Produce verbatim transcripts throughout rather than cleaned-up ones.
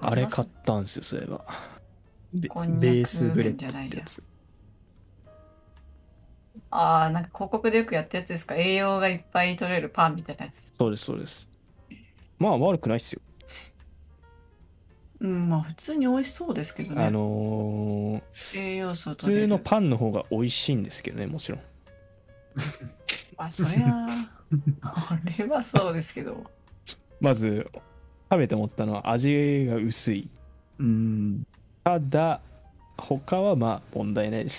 あれ買ったんですよ、そういえば。ベベースブレッドってやつ。 ああ、なんか広告でよくやったやつですか？栄養がいっぱい取れるパンみたいなやつです。 そうです、そうです。まあ悪くないっすよ。 うん、まあ普通に美味しそうですけどね。 あのー、 栄養素普取れる。 通のパンの方が美味しいんですけどね、もちろん。 まあそれは、あれはそうですけど。 まず、食べて思ったのは味が薄い。 うん。 ただ、他はまあ問題ないです。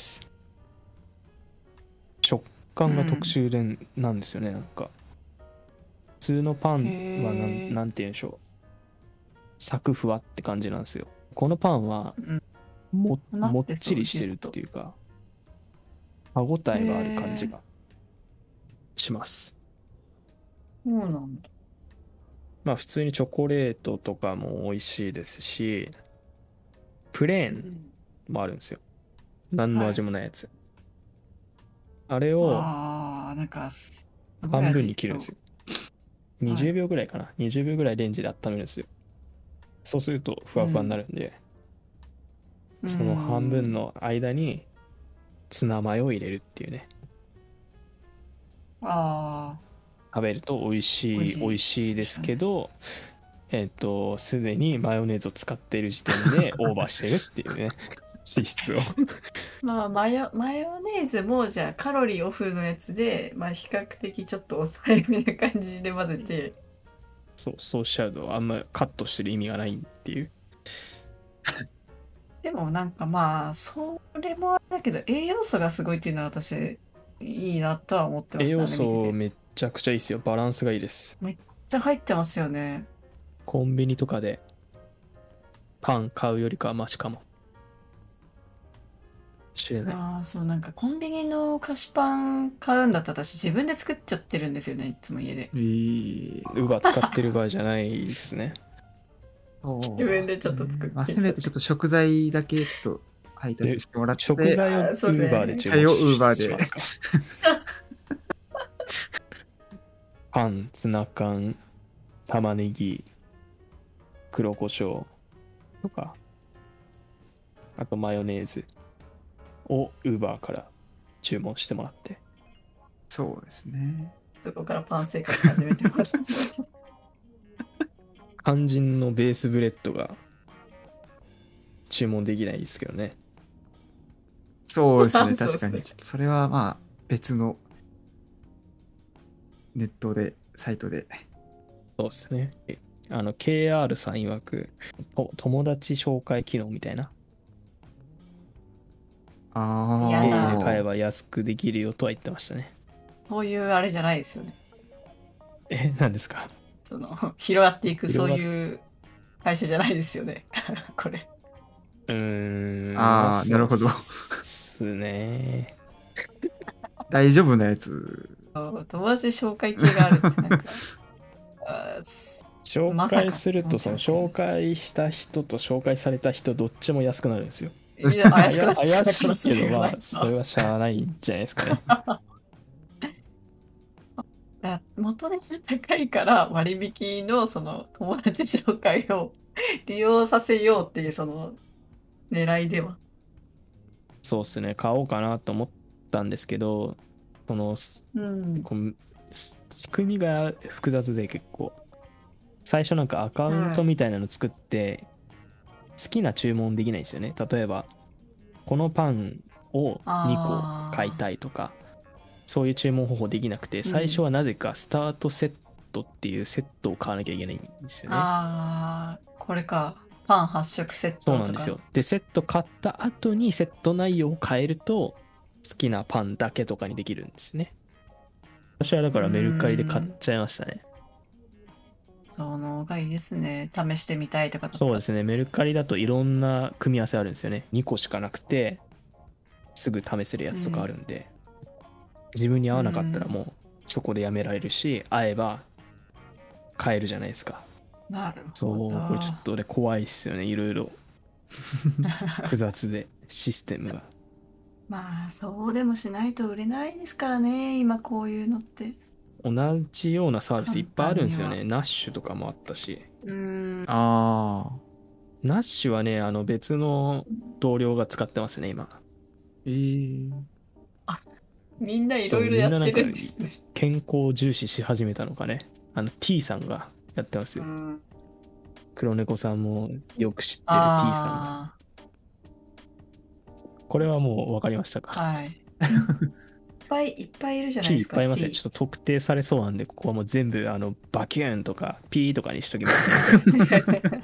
食感が特殊でなんですよね、なんか。普通のパンはなん、なんて言うんでしょう。サクふわって感じなんですよ。このパンはも、 うん、 もっちりしてるっていうか、歯ごたえがある感じがします。 そうなんだ。 まあ普通にチョコレートとかも美味しいですし、プレーンもあるんですよ。何の味もないやつ。はい、あれを半分に切るんですよ。にじゅうびょうぐらいかな。にじゅうびょうぐらいレンジで温めるんですよ。そうするとふわふわになるんで、うん、その半分の間にツナマヨを入れるっていうね。 ああ。 食べると美味しい、美味しいですけど、えっと、すでにマヨネーズを使っている時点でオーバーしてるっていうね。脂質をまあマヨ、マヨネーズもじゃあカロリーオフのやつで、まあ比較的ちょっと抑えめな感じで混ぜて。 そう、そうしちゃうとあんまカットしてる意味がないっていう。 でもなんかまあ、それもあれだけど、栄養素がすごいっていうのは私、いいなとは思ってましたね。 栄養素めっちゃくちゃいいですよ。バランスがいいです。 めっちゃ入ってますよね。 コンビニとかでパン買うよりかはマシかもしれない。 ああ、そう、なんかコンビニの菓子パン買うんだったら私自分で作っちゃってるんですよね、いつも家で。 ウーバー使ってる場合じゃないですね。 自分でちょっと作って、 まあ、せめてちょっと食材だけちょっと配達してもらって、 食材をウーバーで注文しますか。パン、ツナ缶、玉ねぎ、黒胡椒とか、あとマヨネーズをウーバーから注文してもらって。 そうですね。 そこからパン生活始めてます。 肝心のベースブレッドが注文できないですけどね。 そうですね、確かに。ちょっとそれはまあ別のネットで、サイトで。 そうですね。あの、ケーアール さん曰く、友達紹介機能みたいな。 ああ。 経営で買えば安くできるよとは言ってましたね。 そういうあれじゃないですよね。 え、何ですか？ その、広がっていくそういう会社じゃないですよね。これ。 うーん。 ああ、なるほど。 ですね。 大丈夫なやつ。 友達紹介系があるってなんか。 紹介すると、その紹介した人と紹介された人どっちも安くなるんですよ。 いや怪しいけど、まあそれはしゃあないんじゃないですかね。 だ元値が高いから割引のその友達紹介を利用させようっていうその狙いでは。 そうですね、買おうかなと思ったんですけど、その、うん、この仕組みが複雑で結構。最初なんかアカウントみたいなの作って、好きな注文できないんですよね。例えば、このパンをにこ買いたいとか、そういう注文方法できなくて、最初はなぜかスタートセットっていうセットを買わなきゃいけないんですよね。 ああ、これか。パンはっ食セットとか。 そうなんですよ。で、セット買った後にセット内容を変えると、好きなパンだけとかにできるんですね。私はだからメルカリで買っちゃいましたね。 その方がいいですね。試してみたいとかだった。 そうですね。メルカリだといろんな組み合わせあるんですよね。にこしかなくて、すぐ試せるやつとかあるんで、うん、自分に合わなかったらもうそこでやめられるし、合えば買えるじゃないですか。 なるほど。そう、これちょっとね、怖いっすよね。いろいろ複雑で、システムが。 まあ、そうでもしないと売れないですからね、今こういうのって。 同じようなサービスいっぱいあるんですよね。ナッシュとかもあったし。 うん。 ああ。 ナッシュはね、あの別の同僚が使ってますね、今。 えー、 みんないそう、 ろいろみんななんかやってるんですね。 健康を重視し始めたのかね。あの T さんがやってますよ。 うん。 黒猫さんもよく知ってる T さんが。 あこれはもう分かりましたあ、 か？ はい。いっぱいいっぱいいるじゃない T いっですか、 ぱいいますね。 T。 ちょっと特定されそうなんで、ここはもう全部あのバキューンとかピーとかにしときますね。